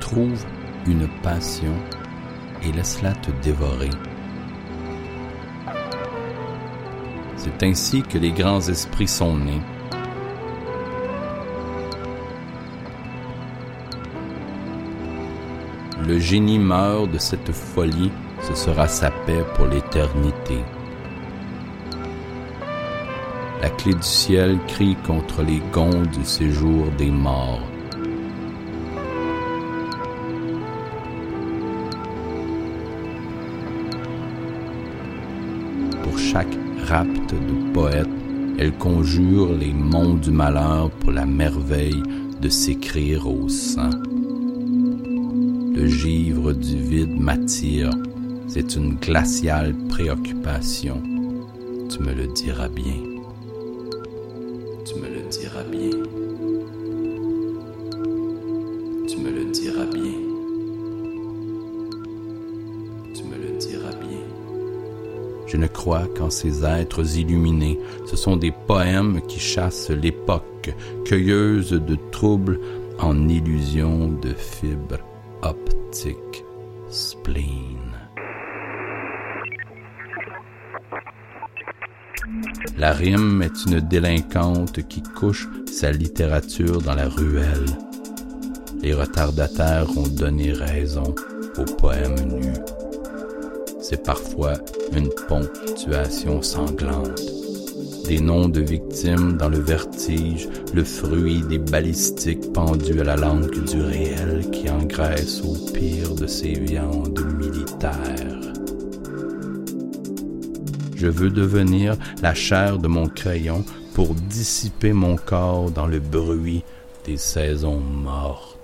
Trouve une passion et laisse-la te dévorer. C'est ainsi que les grands esprits sont nés. Le génie meurt de cette folie, ce sera sa paix pour l'éternité. La clé du ciel crie contre les gonds du séjour des morts. Pour chaque rapte de poète, elle conjure les monts du malheur pour la merveille de s'écrire au sang. Le givre du vide m'attire, c'est une glaciale préoccupation. Tu me le diras bien. Tu me le diras bien. Tu me le diras bien. Tu me le diras bien. Je ne crois qu'en ces êtres illuminés. Ce sont des poèmes qui chassent l'époque, cueilleuse de troubles en illusion de fibres optiques spleen. La rime est une délinquante qui couche sa littérature dans la ruelle. Les retardataires ont donné raison aux poèmes nus. C'est parfois une ponctuation sanglante. Des noms de victimes dans le vertige, le fruit des balistiques pendus à la langue du réel qui engraisse au pire de ces viandes militaires. Je veux devenir la chair de mon crayon pour dissiper mon corps dans le bruit des saisons mortes.